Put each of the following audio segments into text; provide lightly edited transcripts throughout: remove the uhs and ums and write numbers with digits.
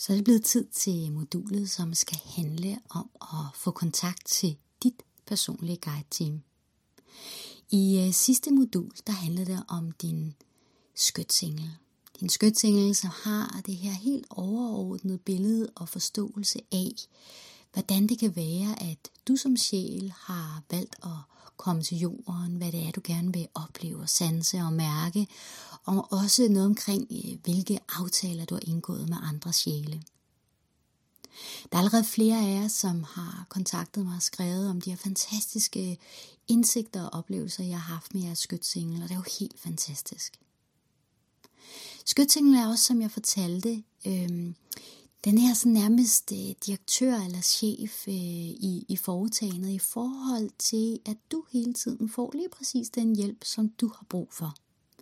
Så er det blevet tid til modulet, som skal handle om at få kontakt til dit personlige guide-team. I sidste modul, der handlede det om din skytsengel. Din skytsengel, som har det her helt overordnede billede og forståelse af, hvordan det kan være, at du som sjæl har valgt at komme til jorden, hvad det er, du gerne vil opleve, sanse og mærke, og også noget omkring, hvilke aftaler du har indgået med andre sjæle. Der er allerede flere af jer, som har kontaktet mig og skrevet om de her fantastiske indsigter og oplevelser, jeg har haft med jeres skytsengel, og det er jo helt fantastisk. Skytsengel er også, som jeg fortalte, den her sådan nærmest direktør eller chef i foretagendet i forhold til, at du hele tiden får lige præcis den hjælp, som du har brug for.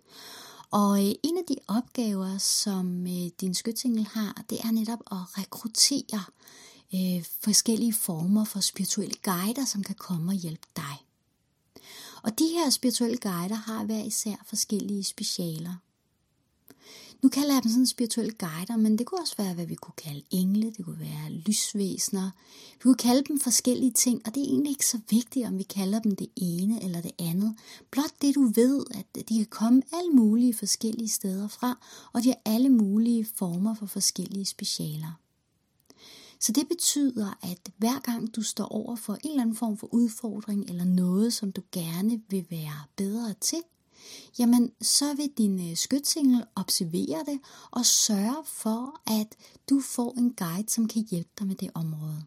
Og en af de opgaver, som din skytsengel har, det er netop at rekruttere forskellige former for spirituelle guider, som kan komme og hjælpe dig. Og de her spirituelle guider har hver især forskellige specialer. Nu kalder jeg dem sådan spirituelle guider, men det kunne også være, hvad vi kunne kalde engle, det kunne være lysvæsener. Vi kunne kalde dem forskellige ting, og det er egentlig ikke så vigtigt, om vi kalder dem det ene eller det andet. Blot det du ved, at de kan komme alle mulige forskellige steder fra, og de har alle mulige former for forskellige specialer. Så det betyder, at hver gang du står over for en eller anden form for udfordring, eller noget, som du gerne vil være bedre til, jamen så vil din skytsengel observere det og sørge for, at du får en guide, som kan hjælpe dig med det område.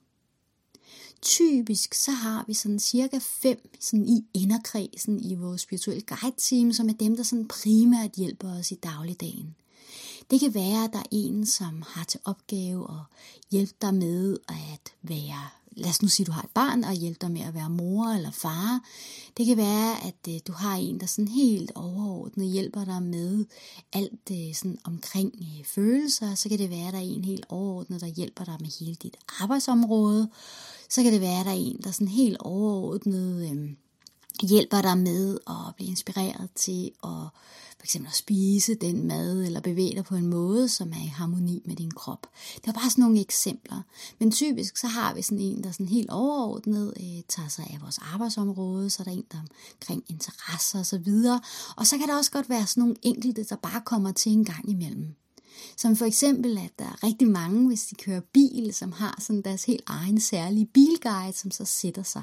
Typisk så har vi sådan cirka 5 sådan i inderkredsen i vores spirituelle guide team, som er dem, der sådan primært hjælper os i dagligdagen. Det kan være, at der er en, som har til opgave at hjælpe dig med at være, lad os nu sige, at du har et barn og hjælpe dig med at være mor eller far. Det kan være, at du har en, der sådan helt overordnet hjælper dig med alt sådan omkring følelser. Så kan det være, at der er en helt overordnet, der hjælper dig med hele dit arbejdsområde. Så kan det være, at der er en, der sådan helt overordnet hjælper dig med at blive inspireret til at for eksempel at spise den mad, eller bevæge dig på en måde, som er i harmoni med din krop. Det var bare sådan nogle eksempler. Men typisk så har vi sådan en, der sådan helt overordnet tager sig af vores arbejdsområde, så er der en, der omkring interesser og så videre. Og så kan der også godt være sådan nogle enkelte, der bare kommer til en gang imellem. Som for eksempel, at der er rigtig mange, hvis de kører bil, som har sådan deres helt egen særlige bilguide, som så sætter sig.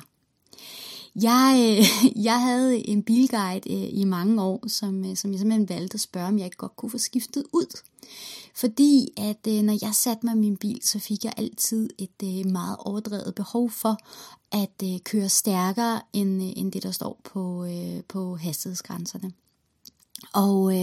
Jeg havde en bilguide i mange år, som jeg simpelthen valgte at spørge, om jeg ikke godt kunne få skiftet ud. Fordi at når jeg satte mig i min bil, så fik jeg altid et meget overdrevet behov for at køre stærkere end det, der står på hastighedsgrænserne. Og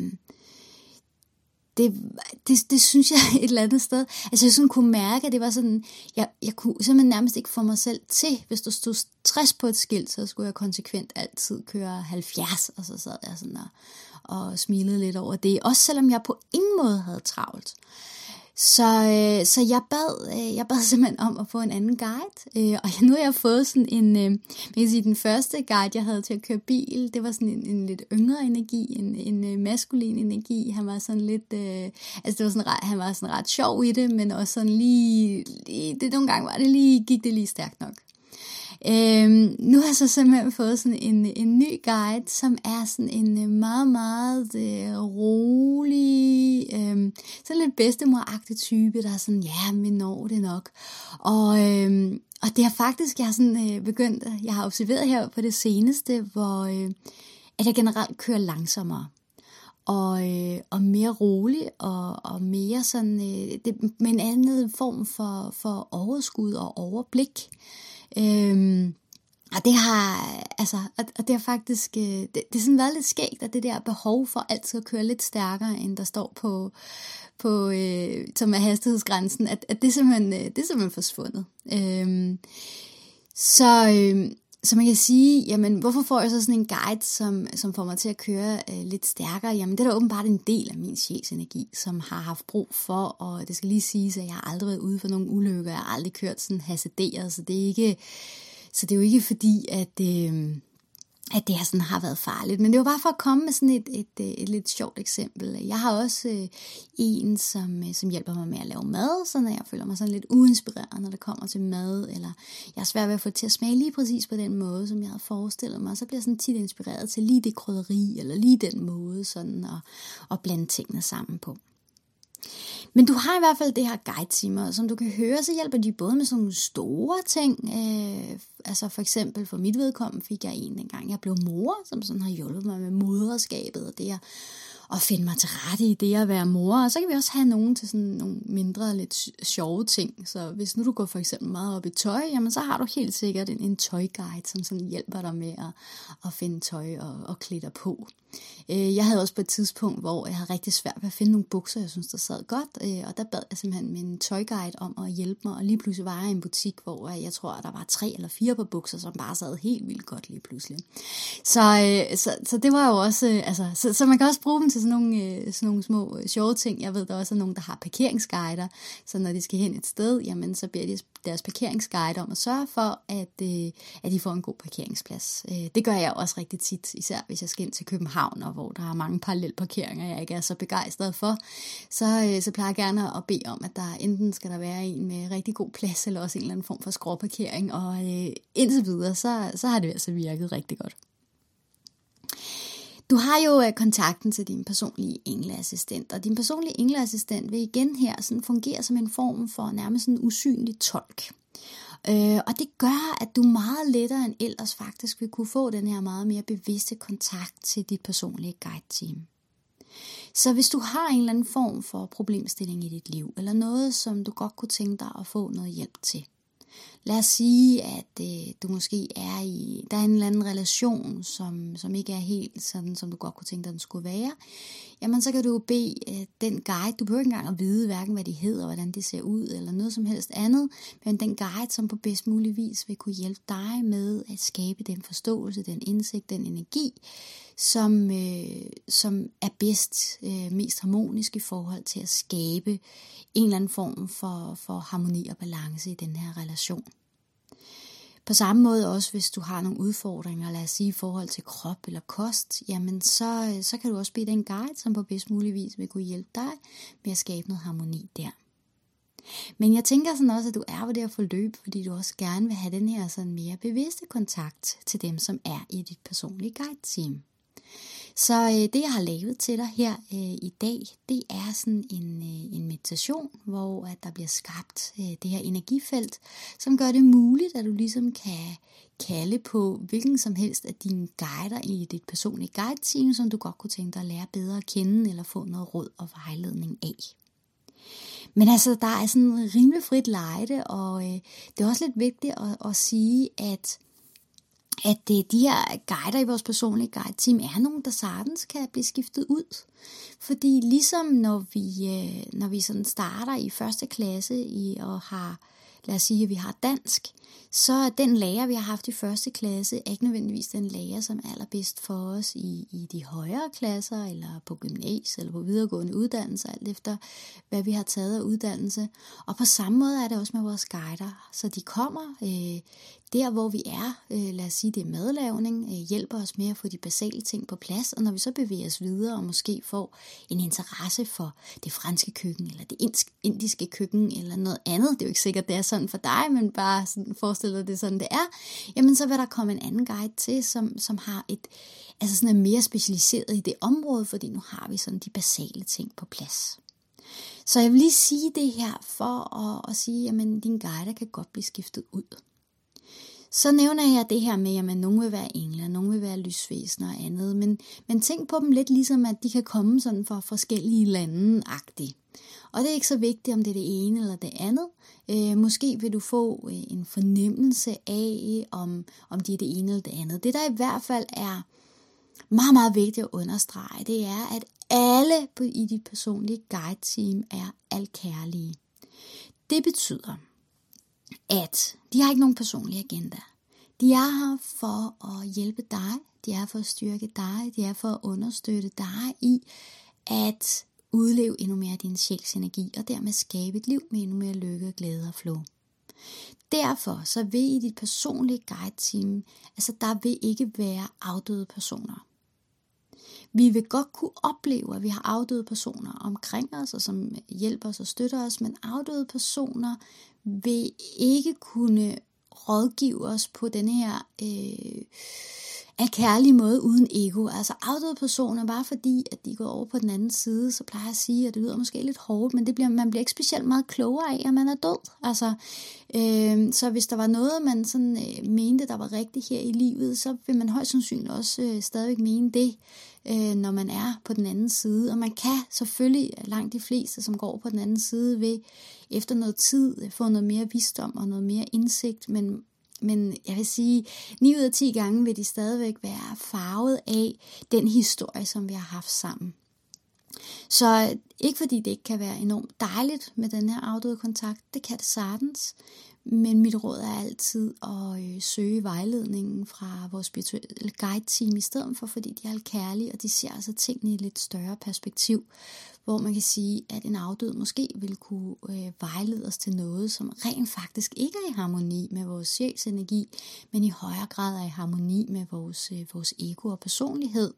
det synes jeg et eller andet sted. Altså jeg sådan kunne mærke, at det var sådan, jeg kunne simpelthen nærmest ikke få mig selv til, hvis der stod 60 på et skilt, så skulle jeg konsekvent altid køre 70, og så sad jeg sådan og smilede lidt over det. Også selvom jeg på ingen måde havde travlt. Så jeg bad simpelthen om at få en anden guide, og nu har jeg fået sådan en, man kan sige, den første guide, jeg havde til at køre bil, det var sådan en lidt yngre energi, en maskulin energi. Han var sådan lidt, altså det var sådan han var sådan ret sjov i det, men også sådan lige det nogle gange gik det lige stærkt nok. Nu har jeg så simpelthen fået sådan en ny guide, som er sådan en meget, meget rolig, sådan lidt bedstemoragtig type, der er sådan, ja, vi når det nok. Og det har faktisk, jeg har sådan begyndt, jeg har observeret her på det seneste, hvor at jeg generelt kører langsommere. Og mere rolig og mere sådan, med en anden form for overskud og overblik. Og det har faktisk, det er sådan været lidt skægt, at det der behov for altid at køre lidt stærkere, end der står på som er hastighedsgrænsen, at det er simpelthen forsvundet. Så man kan sige, jamen hvorfor får jeg så sådan en guide, som får mig til at køre lidt stærkere? Jamen det er da åbenbart en del af min sjælsenergi, som har haft brug for, og det skal lige siges, at jeg har aldrig været ude for nogle ulykker, jeg har aldrig kørt sådan hasarderet, så det er jo ikke fordi, at det her sådan har været farligt. Men det var bare for at komme med sådan et lidt sjovt eksempel. Jeg har også en, som hjælper mig med at lave mad, så når jeg føler mig sådan lidt uinspireret, når det kommer til mad, eller jeg er svær ved at få det til at smage lige præcis på den måde, som jeg havde forestillet mig, så bliver jeg sådan tit inspireret til lige det krydderi, eller lige den måde sådan at blande tingene sammen på. Men du har i hvert fald det her guide-timer, som du kan høre, så hjælper de både med sådan nogle store ting. Altså for eksempel for mit vedkommende fik jeg en dengang jeg blev mor, som sådan har hjulpet mig med moderskabet og det at finde mig til rette i det at være mor. Og så kan vi også have nogen til sådan nogle mindre, lidt sjove ting. Så hvis nu du går for eksempel meget op i tøj, jamen så har du helt sikkert en tøjguide, som sådan hjælper dig med at finde tøj og klæde dig på. Jeg havde også på et tidspunkt, hvor jeg havde rigtig svært ved at finde nogle bukser, jeg synes, der sad godt. Og der bad jeg simpelthen min tøjguide om at hjælpe mig. Og lige pludselig var jeg i en butik, hvor jeg tror, der var 3 eller 4 par bukser, som bare sad helt vildt godt lige pludselig. Så det var jo også, så man kan også bruge dem til sådan nogle små sjove ting. Jeg ved, der også er nogen, der har parkeringsguider, så når de skal hen et sted, jamen så beder de deres parkeringsguide om at sørge for, at de får en god parkeringsplads. Det gør jeg også rigtig tit, især hvis jeg skal ind til København, og hvor der er mange parallelparkeringer, jeg ikke er så begejstret for, så plejer jeg gerne at bede om, at der enten skal der være en med rigtig god plads, eller også en eller anden form for skråparkering, og indtil videre, så har det altså virket rigtig godt. Du har jo kontakten til din personlige engleassistent, og din personlige engleassistent vil igen her sådan fungere som en form for nærmest en usynlig tolk. Og det gør, at du meget lettere end ellers faktisk vil kunne få den her meget mere bevidste kontakt til dit personlige guide-team. Så hvis du har en eller anden form for problemstilling i dit liv, eller noget, som du godt kunne tænke dig at få noget hjælp til. Lad os sige, at du måske der er en eller anden relation, som ikke er helt sådan, som du godt kunne tænke dig, den skulle være. Jamen, så kan du bede den guide, du behøver ikke engang at vide, hverken hvad de hedder, hvordan de ser ud, eller noget som helst andet, men den guide, som på bedst mulig vis vil kunne hjælpe dig med at skabe den forståelse, den indsigt, den energi, som er mest harmonisk i forhold til at skabe en eller anden form for harmoni og balance i den her relation. På samme måde også, hvis du har nogle udfordringer, lad os sige i forhold til krop eller kost, jamen så kan du også bede den guide, som på bedst mulig vis vil kunne hjælpe dig med at skabe noget harmoni der. Men jeg tænker sådan også, at du er ved det her forløb, fordi du også gerne vil have den her sådan mere bevidste kontakt til dem, som er i dit personlige guide-team. Så det, jeg har lavet til dig her i dag, det er sådan en meditation, hvor at der bliver skabt det her energifelt, som gør det muligt, at du ligesom kan kalde på hvilken som helst af dine guider i dit personlige guide-team, som du godt kunne tænke dig at lære bedre at kende, eller få noget råd og vejledning af. Men altså, der er sådan rimelig frit lejde, og det er også lidt vigtigt at sige, at de her guider i vores personlige guide-team er nogen, der sagtens kan blive skiftet ud. Fordi ligesom når vi sådan starter i første klasse og har, lad os sige, at vi har dansk, så den lærer, vi har haft i første klasse, er ikke nødvendigvis den lærer, som er allerbedst for os i de højere klasser, eller på gymnasiet, eller på videregående uddannelser, alt efter hvad vi har taget af uddannelse. Og på samme måde er det også med vores guider. Så de kommer der, hvor vi er, lad os sige, det er madlavning, hjælper os med at få de basale ting på plads, og når vi så bevæger os videre og måske får en interesse for det franske køkken, eller det indiske køkken, eller noget andet, det er jo ikke sikkert, det er sådan for dig, men bare sådan forestil dig det sådan, det er, jamen så vil der komme en anden guide til, som har sådan er mere specialiseret i det område, fordi nu har vi sådan de basale ting på plads. Så jeg vil lige sige det her for at sige, jamen din guide kan godt blive skiftet ud. Så nævner jeg det her med, at nogen vil være engler, nogen vil være lysvæsener og andet, men tænk på dem lidt ligesom, at de kan komme sådan fra forskellige lande-agtigt. Og det er ikke så vigtigt, om det er det ene eller det andet. Måske vil du få en fornemmelse af, om de er det ene eller det andet. Det der i hvert fald er meget, meget vigtigt at understrege, det er, at alle i dit personlige guide-team er alkærlige. Det betyder, at de har ikke nogen personlig agenda. De er her for at hjælpe dig, de er for at styrke dig, de er for at understøtte dig i at udleve endnu mere af din sjæls energi, og dermed skabe et liv med endnu mere lykke, glæde og flow. Derfor så vil i dit personlige guide-team, altså der vil ikke være afdøde personer. Vi vil godt kunne opleve, at vi har afdøde personer omkring os, og som hjælper os og støtter os, men afdøde personer vil ikke kunne rådgive os på den her af kærlig måde uden ego. Altså afdøde personer, bare fordi at de går over på den anden side, så plejer jeg at sige, at det lyder måske lidt hårdt, men man bliver ikke specielt meget klogere af, at man er død. Altså, så hvis der var noget, man sådan, mente, der var rigtigt her i livet, så vil man højst sandsynligt også stadigvæk mene det, når man er på den anden side. Og man kan selvfølgelig, langt de fleste, som går på den anden side, vil efter noget tid få noget mere visdom og noget mere indsigt, men jeg vil sige, 9 ud af 10 gange vil de stadigvæk være farvet af den historie, som vi har haft sammen. Så ikke fordi det ikke kan være enormt dejligt med den her afdøde kontakt, det kan det sagtens. Men mit råd er altid at søge vejledningen fra vores spirituelle guide-team i stedet for, fordi de er kærlige, og de ser altså tingene i et lidt større perspektiv, hvor man kan sige, at en afdød måske vil kunne vejlede os til noget, som rent faktisk ikke er i harmoni med vores sjælsenergi, men i højere grad er i harmoni med vores ego og personlighed.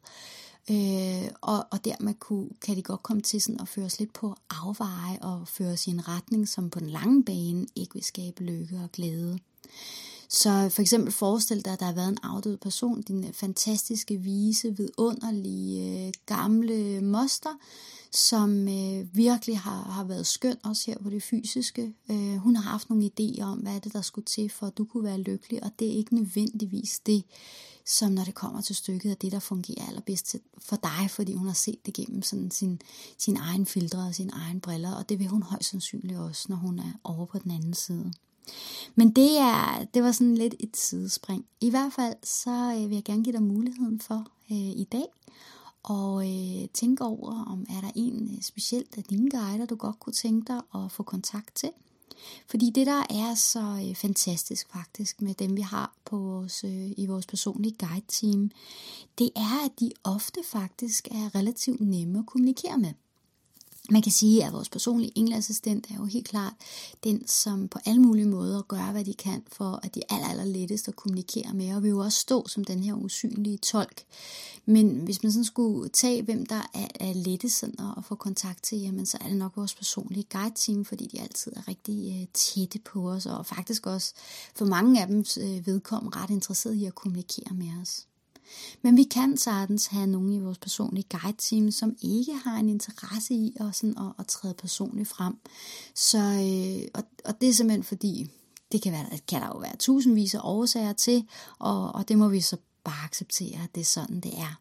Og dermed kan de godt komme til sådan at føre os lidt på afveje og føre os i en retning, som på den lange bane ikke vil skabe lykke og glæde. Så for eksempel forestil dig, at der har været en afdød person, din fantastiske, vise, vidunderlige, gamle moster, som virkelig har været skøn også her på det fysiske. Hun har haft nogle idéer om, hvad det der skulle til, for at du kunne være lykkelig, og det er ikke nødvendigvis det, som når det kommer til stykket, er det, der fungerer allerbedst for dig, fordi hun har set det gennem sådan sin egen filtre og sine egen briller, og det vil hun højst sandsynligt også, når hun er over på den anden side. Men det var sådan lidt et sidespring. I hvert fald så vil jeg gerne give dig muligheden for i dag og tænke over, om er der en specielt af dine guider, du godt kunne tænke dig at få kontakt til. Fordi det der er så fantastisk faktisk med dem vi har på i vores personlige guide team, det er at de ofte faktisk er relativt nemme at kommunikere med. Man kan sige, at vores personlige engleassistent er jo helt klart den, som på alle mulige måder gør, hvad de kan for, at de aller lettest at kommunikere med, og vil jo også stå som den her usynlige tolk. Men hvis man sådan skulle tage, hvem der er lettest sådan at få kontakt til, jamen så er det nok vores personlige guide-team, fordi de altid er rigtig tætte på os, og faktisk også for mange af dem vedkommende ret interesseret i at kommunikere med os. Men vi kan sagtens have nogen i vores personlige guide-team, som ikke har en interesse i at træde personligt frem. Så, og det er simpelthen fordi, det kan der jo være tusindvis af årsager til, og det må vi så bare acceptere, at det er sådan, det er.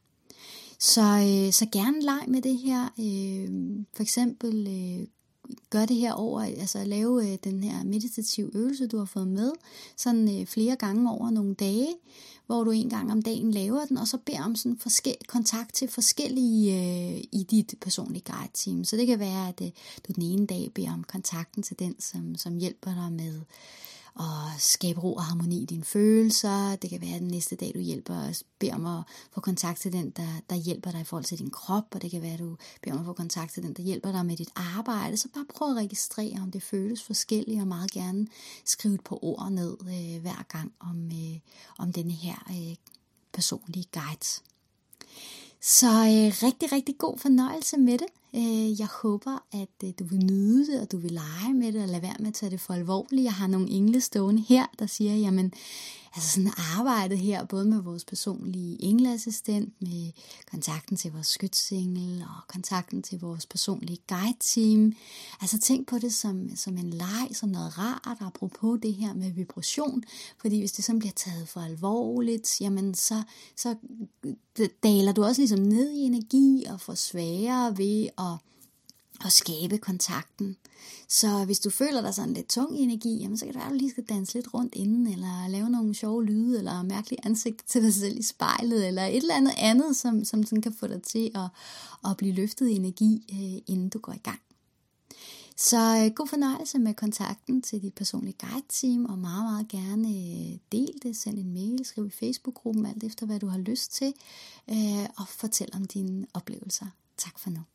Så gerne leg med det her. For eksempel gør det her over, altså lave den her meditative øvelse, du har fået med, sådan flere gange over nogle dage, hvor du en gang om dagen laver den, og så beder om sådan kontakt til forskellige i dit personlige guide-team. Så det kan være, at du den ene dag beder om kontakten til den, som hjælper dig med at skabe ro og harmoni i dine følelser. Det kan være, at den næste dag, du beder om at få kontakt til den, der hjælper dig i forhold til din krop, og det kan være, at du beder om at få kontakt til den, der hjælper dig med dit arbejde. Så bare prøv at registrere, om det føles forskelligt, og meget gerne skrive et par ord ned hver gang om denne her personlige guide. Så rigtig, rigtig god fornøjelse med det. Jeg håber, at du vil nyde det, og du vil lege med det, og lade være med at tage det for alvorligt. Jeg har nogle engle stående her, der siger, jamen, altså sådan arbejdet her, både med vores personlige engleassistent, med kontakten til vores skytsengel, og kontakten til vores personlige guide-team. Altså tænk på det som en leg, som noget rart, apropos det her med vibration. Fordi hvis det sådan bliver taget for alvorligt, jamen så daler du også ligesom ned i energi, og får sværere ved at skabe kontakten. Så hvis du føler dig sådan lidt tung i energi, jamen så kan det være, at du lige skal danse lidt rundt inden, eller lave nogle sjove lyde, eller mærkelige ansigter til dig selv i spejlet, eller et eller andet, som sådan kan få dig til at blive løftet i energi, inden du går i gang. Så god fornøjelse med kontakten til dit personlige guide-team, og meget, meget gerne del det, send en mail, skriv i Facebook-gruppen, alt efter hvad du har lyst til, og fortæl om dine oplevelser. Tak for nu.